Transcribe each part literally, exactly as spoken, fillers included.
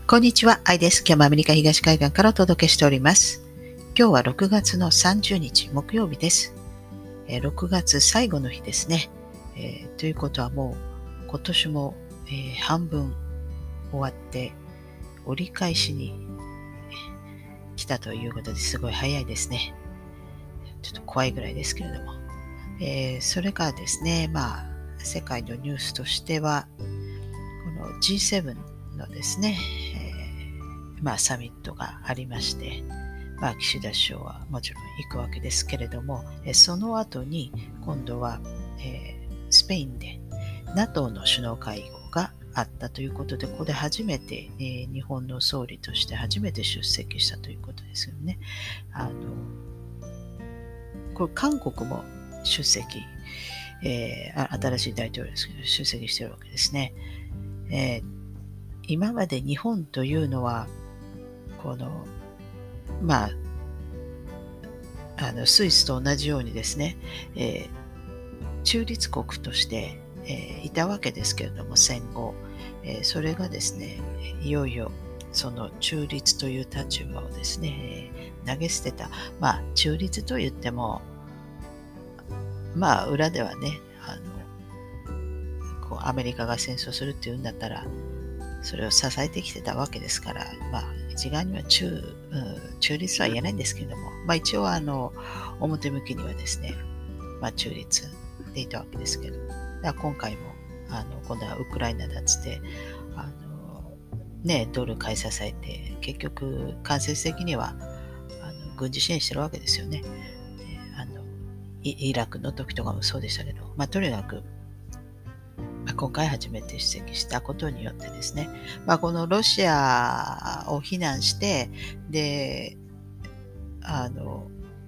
こんにちは、アイです。今日もアメリカ東海岸からお届けしております。今日はろくがつのさんじゅうにち木曜日です。えーろくがつ最後の日ですね。えーということはもう今年も、えー半分終わって折り返しに来たということですごい早いですね。ちょっと怖いぐらいですけれども。えーそれからですね、まあ世界のニュースとしてはこの ジーセブン のですね、えーまあ、サミットがありまして、まあ、岸田首相はもちろん行くわけですけれども、えーその後に今度は、えースペインで ナトー の首脳会合があったということで、ここで初めて、えー日本の総理として初めて出席したということですよね。あのこれ韓国も出席、えーあ新しい大統領ですけど出席しているわけですね。えー今まで日本というのはこのまああのスイスと同じようにですね、えー中立国として、えーいたわけですけれども、戦後、えーそれがですねいよいよその中立という立場をですね、えー投げ捨てた。まあ中立と言ってもまあ裏ではね、あのこうアメリカが戦争するっていうんだったらそれを支えてきてたわけですから、まあ一概には中、うん、中立は言えないんですけれども、まあ一応あの表向きにはですね、まあ中立でいたわけですけど、だから今回もあの今度はウクライナだっつってあのねドル買い支えて結局間接的にはあの軍事支援してるわけですよね。あのイイラクの時とかもそうでしたけど、まあとにかくまあ今回初めて出席したことによってですね、まあ、このロシアを非難して、で、あの、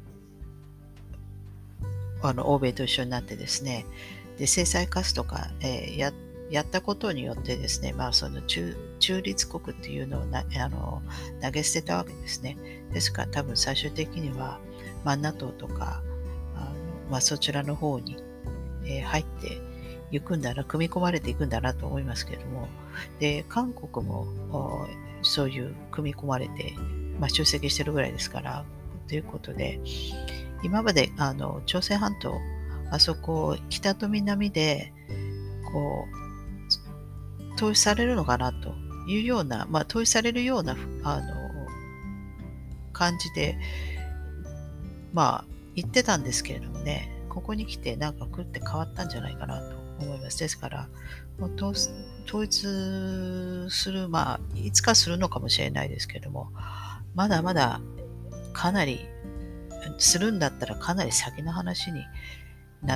あの欧米と一緒になってですね、で制裁科すとか、えーややったことによってですね、まあ、その中中立国っていうのをなあの投げ捨てたわけですね。ですから多分最終的には、まあ、ナトー とかあの、まあ、そちらの方に、えー入っていくんだな、組み込まれていくんだなと思いますけれども、で、韓国もおそういう組み込まれて、まあ、出席してるぐらいですから、ということで、今まであの朝鮮半島、あそこ北と南でこう統一されるのかなというような、まあ、統一されるようなあの感じで、まあ、言ってたんですけれどもね、ここに来てなんか食って変わったんじゃないかなと思います。ですから、もう統統一する、まあ、いつかするのかもしれないですけれども、まだまだかなりするんだったらかなり先の話になって、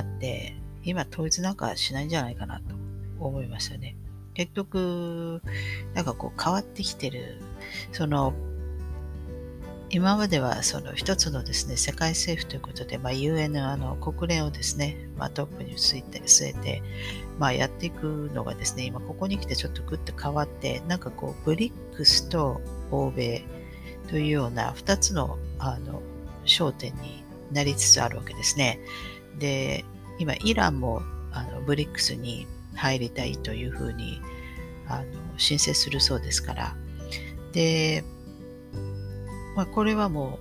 今統一なんかしないんじゃないかなと思いますよね。結局、なんかこう変わってきてる、その、今まではその一つのですね、世界政府ということで、まあ、ユーエヌ あの国連をですね、まあ、トップに据えて、据えて、まあ、やっていくのがですね、今ここに来てちょっとグッと変わって、なんかこう、ブリックスと欧米というような二つの、あの、焦点になりつつあるわけですね。で、今、イランもあのブリックスに入りたいというふうにあの申請するそうですから。で、まあ、これはも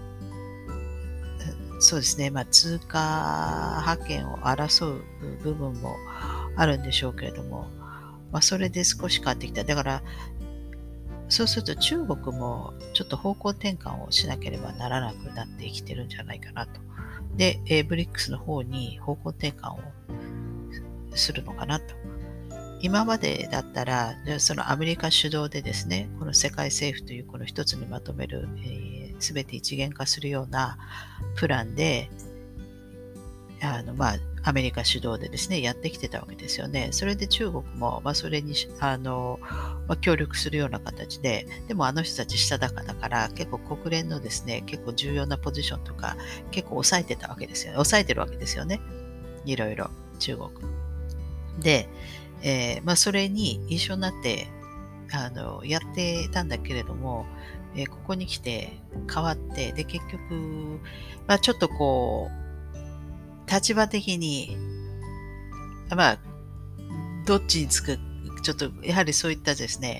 う、そうですね、まあ、通貨覇権を争う部分もあるんでしょうけれども、まあ、それで少し変わってきた。だから、そうすると中国もちょっと方向転換をしなければならなくなってきてるんじゃないかなと。で、えーブリックスの方に方向転換をするのかなと。今までだったら、そのアメリカ主導でですね、この世界政府というこの一つにまとめる、すべ、えー、て一元化するようなプランで、あの、まあ、アメリカ主導でですね、やってきてたわけですよね。それで中国も、まあ、それに、あの、まあ、協力するような形で、でもあの人たちしたたかだから、結構国連のですね、結構重要なポジションとか、結構抑えてたわけですよね。抑えてるわけですよね。いろいろ、中国。で、えーまあ、それに一緒になって、あの、やってたんだけれども、えーここに来て変わって、で、結局、まあ、ちょっとこう、立場的に、まあ、どっちにつく、ちょっと、やはりそういったですね、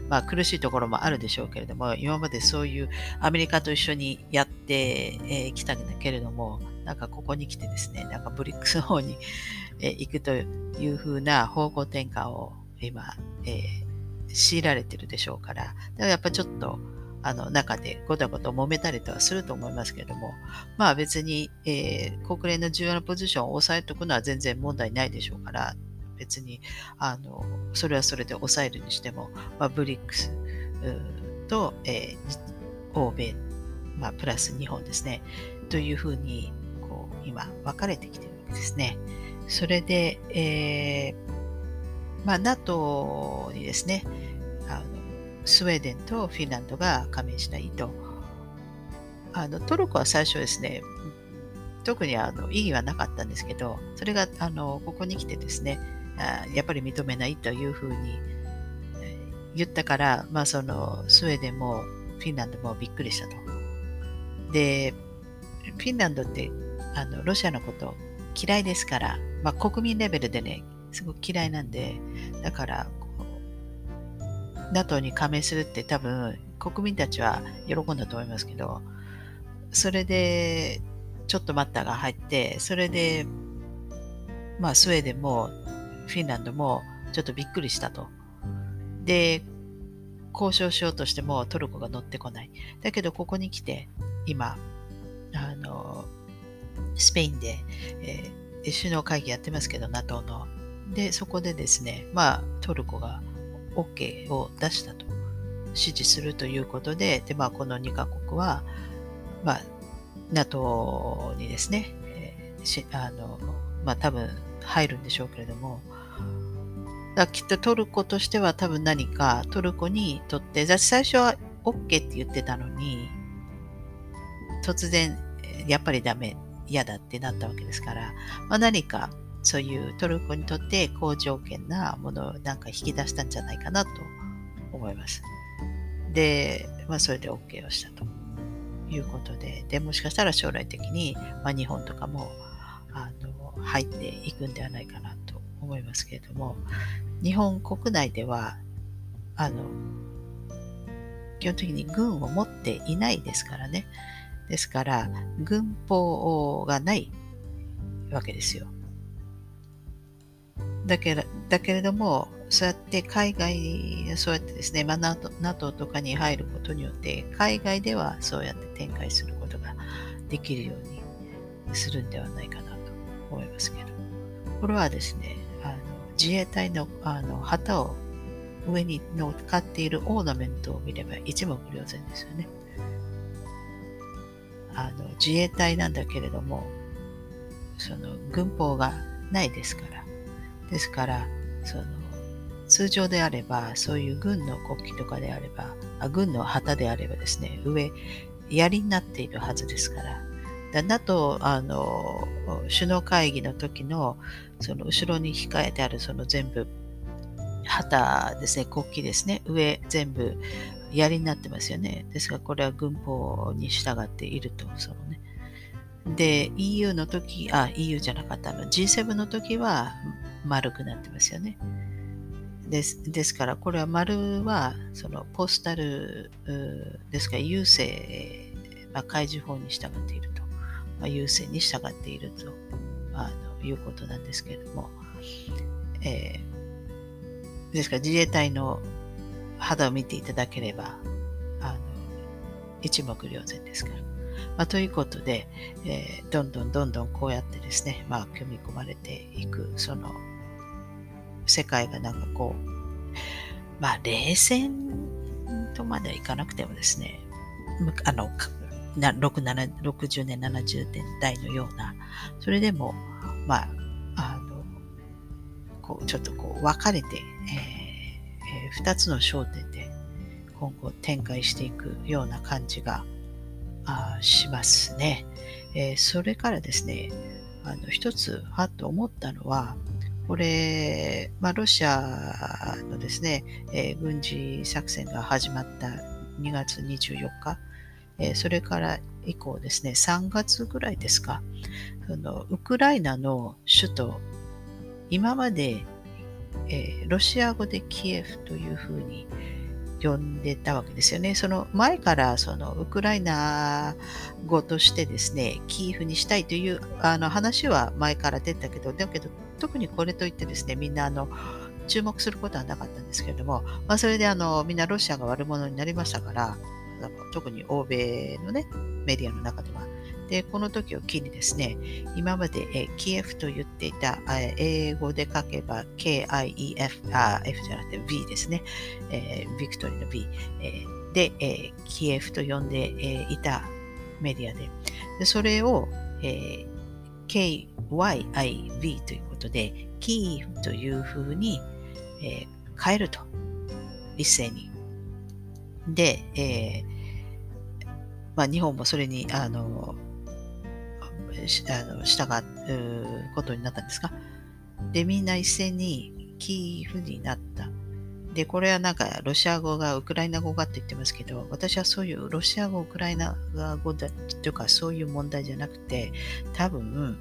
まあ苦しいところもあるでしょうけれども、今までそういうアメリカと一緒にやってき、えー、来たんだけれども、なんかここに来てですね、なんかブリックスの方に、えー、行くというふうな方向転換を今、えー、強いられてるでしょうから、だからやっぱちょっとあの中でごたごた揉めたりとはすると思いますけれども、まあ別に、えー、国連の重要なポジションを抑えておくのは全然問題ないでしょうから、別にあのそれはそれで抑えるにしても、まあ、ブリックスと、えー、欧米、まあ、プラス日本ですねというふうにこう今分かれてきているわけですね。それで、えーまあ、NATO にですねあのスウェーデンとフィンランドが加盟したいと。あのトルコは最初ですね特にあの意義はなかったんですけど、それがあのここに来てですねあやっぱり認めないというふうに言ったから、まあ、そのスウェーデンもフィンランドもびっくりしたと。で、フィンランドってあのロシアのこと嫌いですから、まあ、国民レベルでね、すごく嫌いなんで、だからこう NATO に加盟するって多分国民たちは喜んだと思いますけど、それでちょっと待ったが入って、それで、まあ、スウェーデンもフィンランドもちょっとびっくりしたと。で、交渉しようとしてもトルコが乗ってこない。だけどここに来て今あのスペインで、えー、首脳会議やってますけど NATO のでそこでですねまあトルコが OK を出したと支持するということでで、まあ、このにカ国は、まあ、NATO にですね、えー、しあのまあ多分入るんでしょうけれども、だきっとトルコとしては多分何かトルコにとって、最初は OK って言ってたのに、突然やっぱりダメ、嫌だってなったわけですから、まあ、何かそういうトルコにとって好条件なものをなんか引き出したんじゃないかなと思います。で、まあそれで OK をしたということで、でもしかしたら将来的に、まあ、日本とかもあの入っていくんではないかなと思いますけれども、日本国内ではあの基本的に軍を持っていないですからね。ですから軍法がないわけですよ。だけれだけれども、そうやって海外、そうやってですね、まあ、NATO, NATO とかに入ることによって、海外ではそうやって展開することができるようにするんではないかなと思いますけど、これはですね、あの自衛隊の、あの旗を上に乗っかっているオーナメントを見れば一目瞭然ですよね。あの自衛隊なんだけれども、その軍法がないですから、ですからその通常であればそういう軍の国旗とかであれば、あ軍の旗であればですね、上槍になっているはずですから。だ NATO あの首脳会議の時のその後ろに控えてあるその全部旗ですね、国旗ですね、上全部槍になってますよね。ですからこれは軍法に従っていると、そのね。で、イーユー の時、あ、イーユー じゃなかったの、ジーセブン の時は丸くなってますよね。です、ですから、これは丸は、そのポスタルですから、郵政、まあ、開示法に従っていると、まあ、郵政に従っているとあのいうことなんですけれども、えー、ですから自衛隊の肌を見ていただければ、あの一目瞭然ですから。まあ、ということで、えー、どんどんどんどんこうやってですね、まあ、組み込まれていく、その世界がなんかこう、まあ、冷戦とまではいかなくてもですね、あの、ろくじゅうねん、ななじゅうねんだいのような、それでも、まあ、あの、こう、ちょっとこう、分かれて、えーえー、ふたつの焦点で今後展開していくような感じがあしますね。えー、それからですね、あの、一つ、はっと思ったのは、これ、まあ、ロシアのですね、えー、軍事作戦が始まったにがつにじゅうよっか、えー、それから以降ですね、さんがつぐらいですか、そのウクライナの首都、今まで、えー、ロシア語でキエフというふうに呼んでたわけですよね。その前からそのウクライナ語としてですね、キーフにしたいというあの話は前から出たけど、だけど特にこれといってですね、みんなあの注目することはなかったんですけれども、まあ、それであのみんなロシアが悪者になりましたから、あの特に欧米のね、メディアの中では。で、この時を機にですね、今まで、えキエフと言っていた、え英語で書けば ケーアイイーエフ、あ、F じゃなくて V ですね、えー、ビクトリーの V、えーで、えーキエフと呼んで、えーいたメディアで、でそれを、えー ケーワイアイブイ ということで、キーフというふうに、えー変えると、一斉に。で、えーまあ、日本もそれに、あの、しあの従うことになったんですか。で、みんな一斉にキーフになった。で、これはなんかロシア語がウクライナ語がって言ってますけど、私はそういうロシア語、ウクライナ語だというかそういう問題じゃなくて、多分、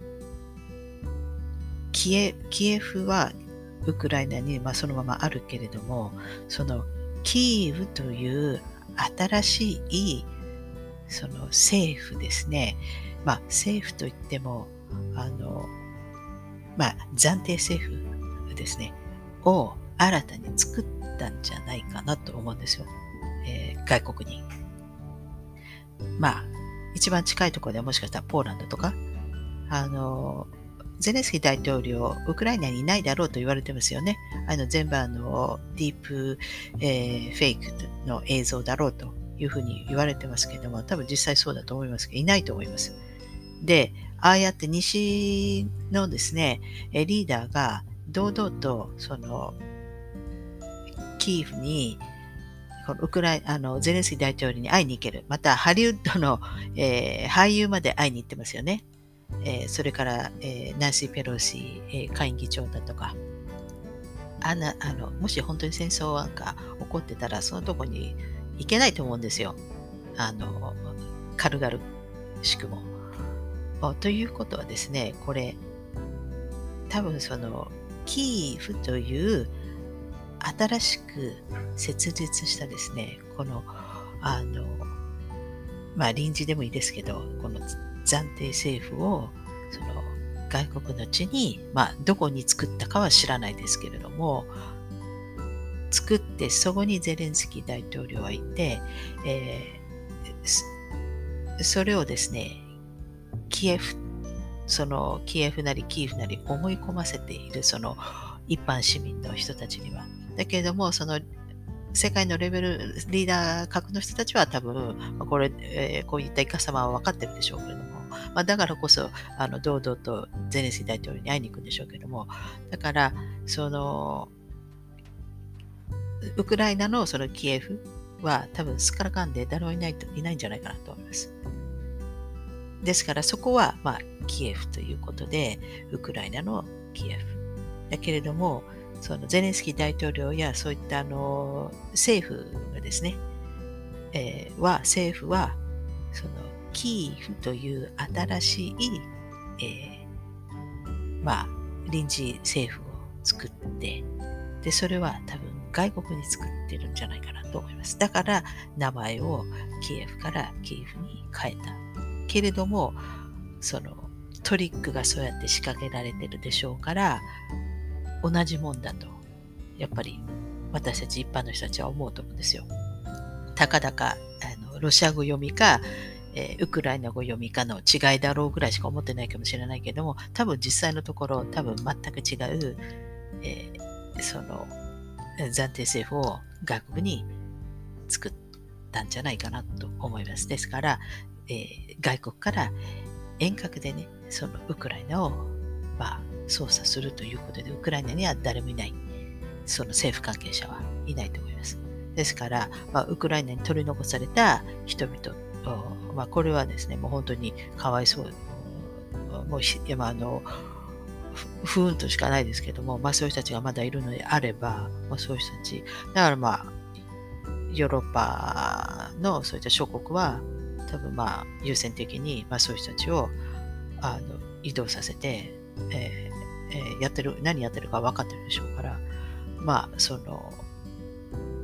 キエキエフはウクライナに、まあ、そのままあるけれども、そのキーウという新しいその政府ですね。まあ政府といっても、あの、まあ暫定政府ですね。を新たに作ったんじゃないかなと思うんですよ。えー外国に。まあ、一番近いところではもしかしたらポーランドとか、あの、ゼレンスキー大統領、ウクライナにいないだろうと言われてますよね。あの全部あのディープ、えーフェイクの映像だろうというふうに言われてますけども、多分実際そうだと思いますけど、いないと思います。で、ああやって西のですね、リーダーが堂々とそのキーフにこのウクライナ、あのゼレンスキー大統領に会いに行ける。またハリウッドの、えー俳優まで会いに行ってますよね。えーそれから、えーナンシー・ペロシ、えー下院議長だとか、あんなあのもし本当に戦争なんか起こってたら、そのとこに行けないと思うんですよ。あの軽々しくも。おということはですね、これ、多分そのキーフという新しく設立したですね、この、あの、まあ臨時でもいいですけど、この暫定政府をその外国の地に、まあどこに作ったかは知らないですけれども、作ってそこにゼレンスキー大統領はいて、えーそれをですね、キエフ、そのキエフなりキーフなり思い込ませているその一般市民の人たちには。だけれども、その世界のレベル、リーダー格の人たちは多分、まあこれ、えーこういったイカ様は分かってるでしょうけれども、まあ、だからこそ、あの、堂々とゼレンスキー大統領に会いに行くんでしょうけれども、だから、その、ウクライナのそのキエフは多分すっからかんで誰もいないといないんじゃないかなと思います。ですからそこは、まあ、キエフということで、ウクライナのキエフ。だけれども、そのゼレンスキー大統領やそういったあの政府がですね、えーは、政府は、そのキーフという新しい、えーまあ、臨時政府を作って、で、それは多分外国に作ってるんじゃないかなと思います。だから名前をキエフからキーフに変えた。けれども、そのトリックがそうやって仕掛けられてるでしょうから、同じもんだと、やっぱり私たち一般の人たちは思うと思うんですよ。たかだかあのロシア語読みか、えーウクライナ語読みかの違いだろうぐらいしか思ってないかもしれないけども、多分実際のところ多分全く違う、えーその暫定政府を外国に作ったんじゃないかなと思います。ですから、えー外国から遠隔でね、そのウクライナを、まあ、操作するということで、ウクライナには誰もいない。その政府関係者はいないと思います。ですから、まあ、ウクライナに取り残された人々、まあ、これはですね、もう本当にかわいそう。もういやまあ、あの不運としかないですけども、まあ、そういう人たちがまだいるのであれば、まあ、そういう人たち、だからまあ、ヨーロッパのそういった諸国は、多分まあ、優先的に、まあ、そういう人たちをあの移動させて、えーえーやってる、何やってるか分かってるでしょうから、まあ、その、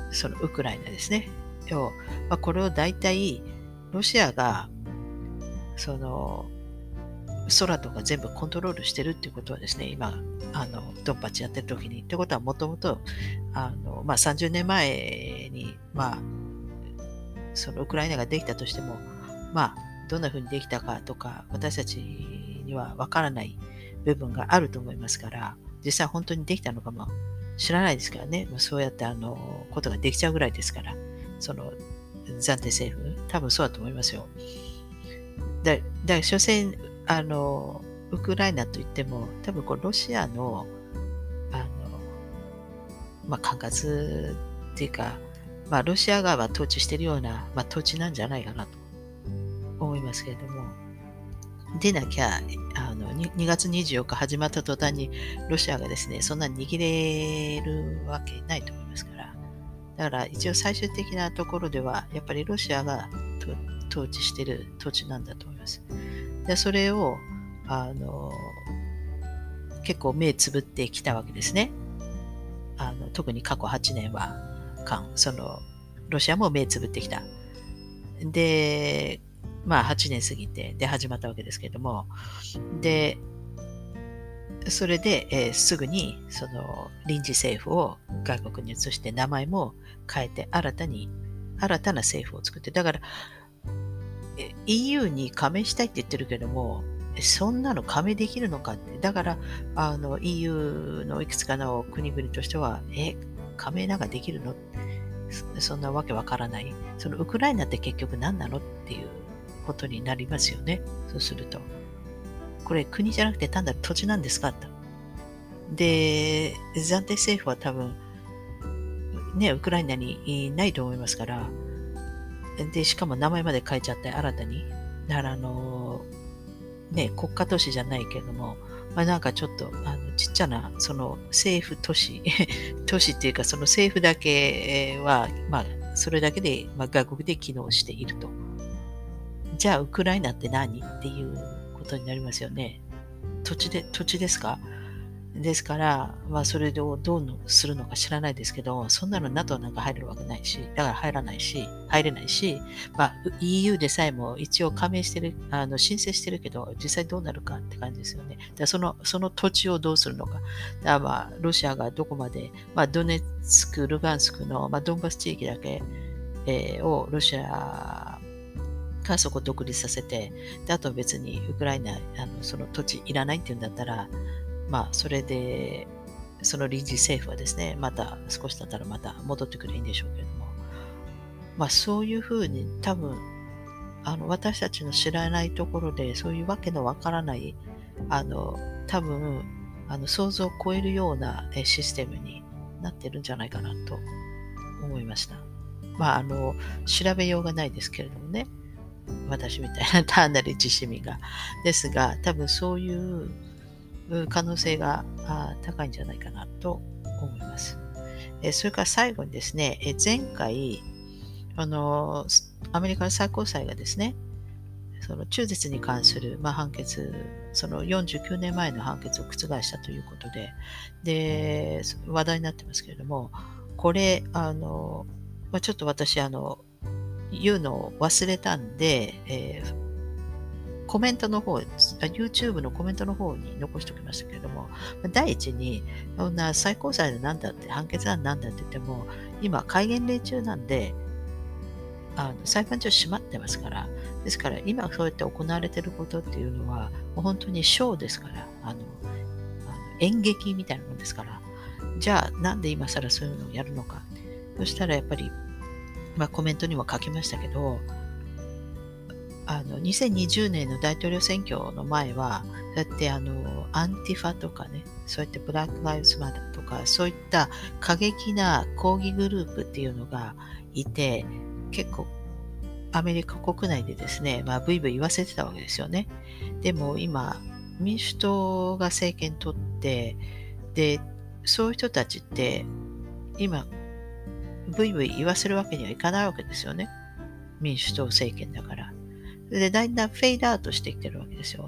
そのウクライナですね。をまあ、これを大体ロシアがその空とか全部コントロールしてるっていうことはですね、今、あのドンパチやってる時に。ってことはもともとあの、まあ、さんじゅうねんまえに、まあ、そのウクライナができたとしても、まあ、どんな風にできたかとか、私たちにはわからない部分があると思いますから、実際本当にできたのかも知らないですからね。そうやってあのことができちゃうぐらいですから、その暫定政府、多分そうだと思いますよ。だ、だ所詮、あの、ウクライナといっても、多分こうロシアの、あの、まあ、管轄っていうか、まあ、ロシア側は統治しているような、まあ、統治なんじゃないかなと思いますけれども、でなきゃ、あの、ににがつにじゅうよっか始まった途端に、ロシアがですね、そんなに握れるわけないと思いますから。だから一応最終的なところでは、やっぱりロシアが統治している統治なんだと思います。で、それを、あの、結構目つぶってきたわけですね。あの、特に過去はちねんは、間、その、ロシアも目つぶってきた。で、まあはちねん過ぎて、で始まったわけですけれども、で、それで、えーすぐにその臨時政府を外国に移して名前も変えて新たに新たな政府を作って、だからえ イーユー に加盟したいって言ってるけども、えそんなの加盟できるのかって、だからあの イーユー のいくつかの国々としては、え、加盟なんかできるの？そそんなわけわからない。そのウクライナって結局何なのっていうことになりますよね。そうすると。これ国じゃなくて単なる土地なんですかと。で、暫定政府は多分、ね、ウクライナにないと思いますから、で、しかも名前まで変えちゃって新たに。だからあの、ね、国家都市じゃないけども、まあ、なんかちょっとあのちっちゃなその政府都市、都市っていうかその政府だけは、まあ、それだけで、まあ、外国で機能していると。じゃあ、ウクライナって何っていうことになりますよね。土地で、土地ですか？ですから、まあ、それをどうのするのか知らないですけど、そんなの NATO なんか入れるわけないし、だから入らないし、入れないし、まあ、イーユー でさえも一応加盟してる、あの申請してるけど、実際どうなるかって感じですよね。だからその、その土地をどうするのか。だからまあ、ロシアがどこまで、まあ、ドネツク、ルガンスクの、まあ、ドンバス地域だけ、えーをロシアがそこ独立させて、であと別にウクライナ、あのその土地いらないっていうんだったら、まあ、それで、その臨時政府はですね、また少し経ったらまた戻ってくればいいんでしょうけれども、まあ、そういうふうに多分、あの、私たちの知らないところで、そういうわけのわからない、あの、多分、あの、想像を超えるようなえシステムになってるんじゃないかなと思いました。まあ、あの、調べようがないですけれどもね、私みたいな単なる実市民が。ですが、多分そういう可能性があ高いんじゃないかなと思います。えそれから最後にですね、え前回、あの、アメリカの最高裁がですね、その中絶に関する、まあ、判決、そのよんじゅうきゅうねんまえの判決を覆したということで、で、話題になってますけれども、これ、あの、まあ、ちょっと私、あの、言うのを忘れたんで、えーコメントの方、YouTube のコメントの方に残しておきましたけれども、第一に、そんな最高裁でなんだって、判決案なんだって言っても、今、戒厳令中なんで、あの裁判所閉まってますから、ですから、今そうやって行われていることっていうのは、もう本当にショーですから、あの、あの演劇みたいなもんですから、じゃあ、なんで今更そういうのをやるのか。そしたらやっぱり、まあ、コメントにも書きましたけど、あのにせんにじゅうねんの大統領選挙の前は、だってあのアンティファとかね、そういったブラック・ライブズ・マターとか、そういった過激な抗議グループっていうのがいて、結構アメリカ国内でですね、まあ、ブイブイ言わせてたわけですよね。でも今、民主党が政権取って、で、そういう人たちって今、ブイブイ言わせるわけにはいかないわけですよね。民主党政権だから。で、だんだんフェイドアウトしてきてるわけですよ。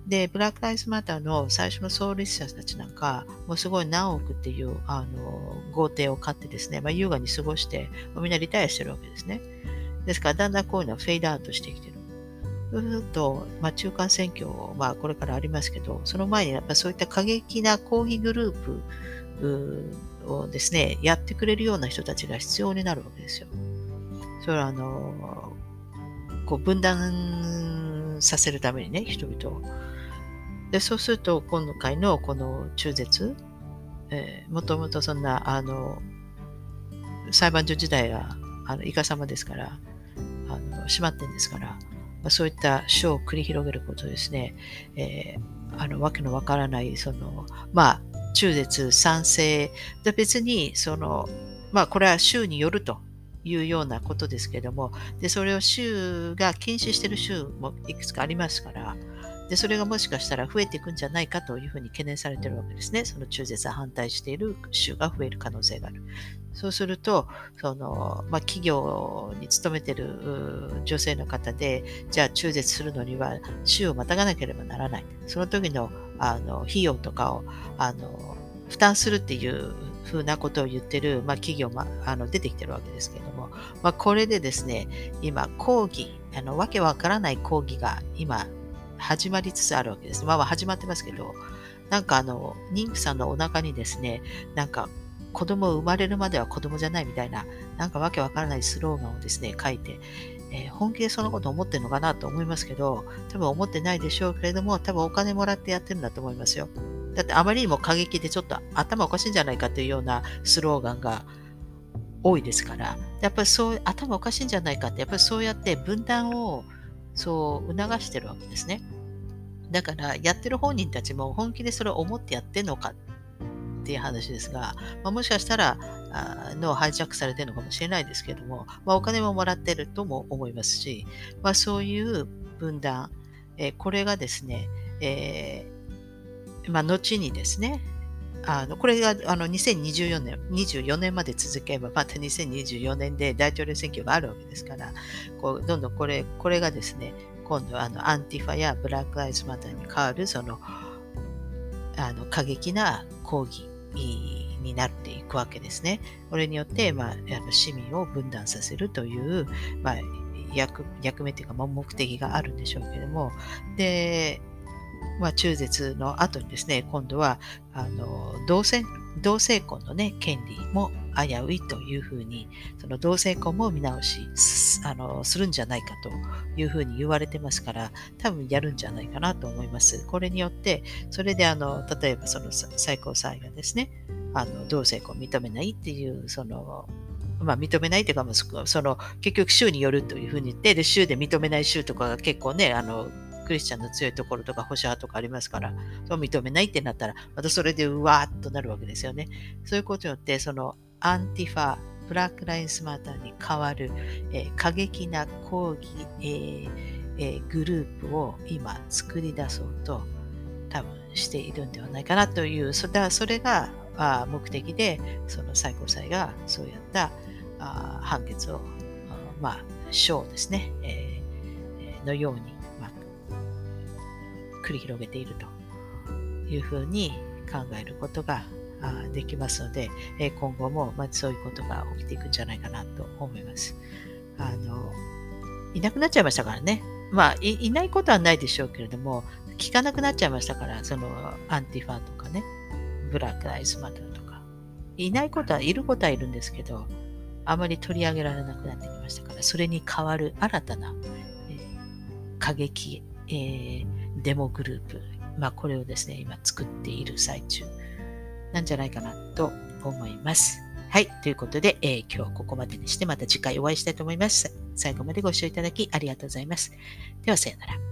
で、ブラック・ライズ・マターの最初の創立者たちなんか、もうすごい何億っていうあの豪邸を買ってですね、まあ、優雅に過ごして、みんなリタイアしてるわけですね。ですから、だんだんこういうのはフェードアウトしてきてる。そうすると、まあ、中間選挙、まあ、これからありますけど、その前にやっぱそういった過激な抗議グループをですね、やってくれるような人たちが必要になるわけですよ。それはあの、こう分断させるためにね、人々を。で、そうすると、今回のこの中絶、えー、もともとそんな、あの、裁判所時代は、あの、イカ様ですから、あの、閉まってんですから、まあ、そういったショーを繰り広げることですね、えー、あの、わけのわからない、その、まあ、中絶賛成、で別に、その、まあ、これは州によるというようなことですけれども、で、それを州が禁止している州もいくつかありますから、で、それがもしかしたら増えていくんじゃないかというふうに懸念されているわけですね。その中絶反対している州が増える可能性がある。そうすると、その、まあ、企業に勤めている女性の方で、じゃあ中絶するのには州をまたがなければならない。その時の、あの、費用とかを、あの、負担するっていうふうなことを言ってる、まあ、企業もあの出てきてるわけですけれども、まあ、これでですね、今、抗議、あの、わけわからない抗議が今、始まりつつあるわけです。まあ、始まってますけど、なんかあの、妊婦さんのお腹にですね、なんか子供生まれるまでは子供じゃないみたいな、なんかわけわからないスローガンをですね、書いて、えー本気でそのこと思ってるのかなと思いますけど、多分思ってないでしょうけれども、多分お金もらってやってるんだと思いますよ。だってあまりにも過激でちょっと頭おかしいんじゃないかというようなスローガンが多いですから、やっぱりそう頭おかしいんじゃないかって、やっぱりそうやって分断をそう促してるわけですね。だからやってる本人たちも本気でそれを思ってやってんのかっていう話ですが、まあ、もしかしたらあ脳ハイジャックされてるのかもしれないですけども、まあ、お金ももらってるとも思いますし、まあ、そういう分断、えーこれがですね、えーまあ、後にですね、あのこれがあのにせんにじゅうよねん、にじゅうよねんまで続けば、またにせんにじゅうよねんで大統領選挙があるわけですから、こうどんどんこれこれがですね、今度あのアンティファやブラック・アイズ・マターに変わるそのあの過激な抗議になっていくわけですね。これによって、まあ、あの市民を分断させるという、まあ、役役目というか、まあ目的があるんでしょうけれども、で、まあ、中絶の後にですね、今度はあの同性同性婚の、ね、権利も危ういというふうに、その同性婚も見直しすあのするんじゃないかというふうに言われてますから、多分やるんじゃないかなと思います。これによって、それであの例えばその最高裁がですね、あの同性婚を認めないっていう、そのまあ、認めないというか、その結局州によるというふうに言って、で州で認めない州とかが結構ね、あのクリスチャンの強いところとか保守派とかありますから、そう認めないってなったら、またそれでうわーっとなるわけですよね。そういうことによって、そのアンティファ、ブラック・ラインスマターに代わる、えー過激な抗議、えーえーグループを今作り出そうと多分しているんではないかなという、それそれがあ目的で、その最高裁がそうやったあ判決を、あまあ、賞ですね、えーのように、まあ、繰り広げているというふうに考えることがあできますので、えー今後も、まあ、そういうことが起きていくんじゃないかなと思います。あのいなくなっちゃいましたからね。まあい、いないことはないでしょうけれども、聞かなくなっちゃいましたから、そのアンティファとかね、ブラック・アイズ・マターとか。いないことはいることはいるんですけど、あまり取り上げられなくなってきましたから、それに代わる新たな、えー過激、えーデモグループ、まあ、これをですね、今作っている最中なんじゃないかなと思います。はい。ということで、えー今日はここまでにして、また次回お会いしたいと思います。最後までご視聴いただきありがとうございます。では、さようなら。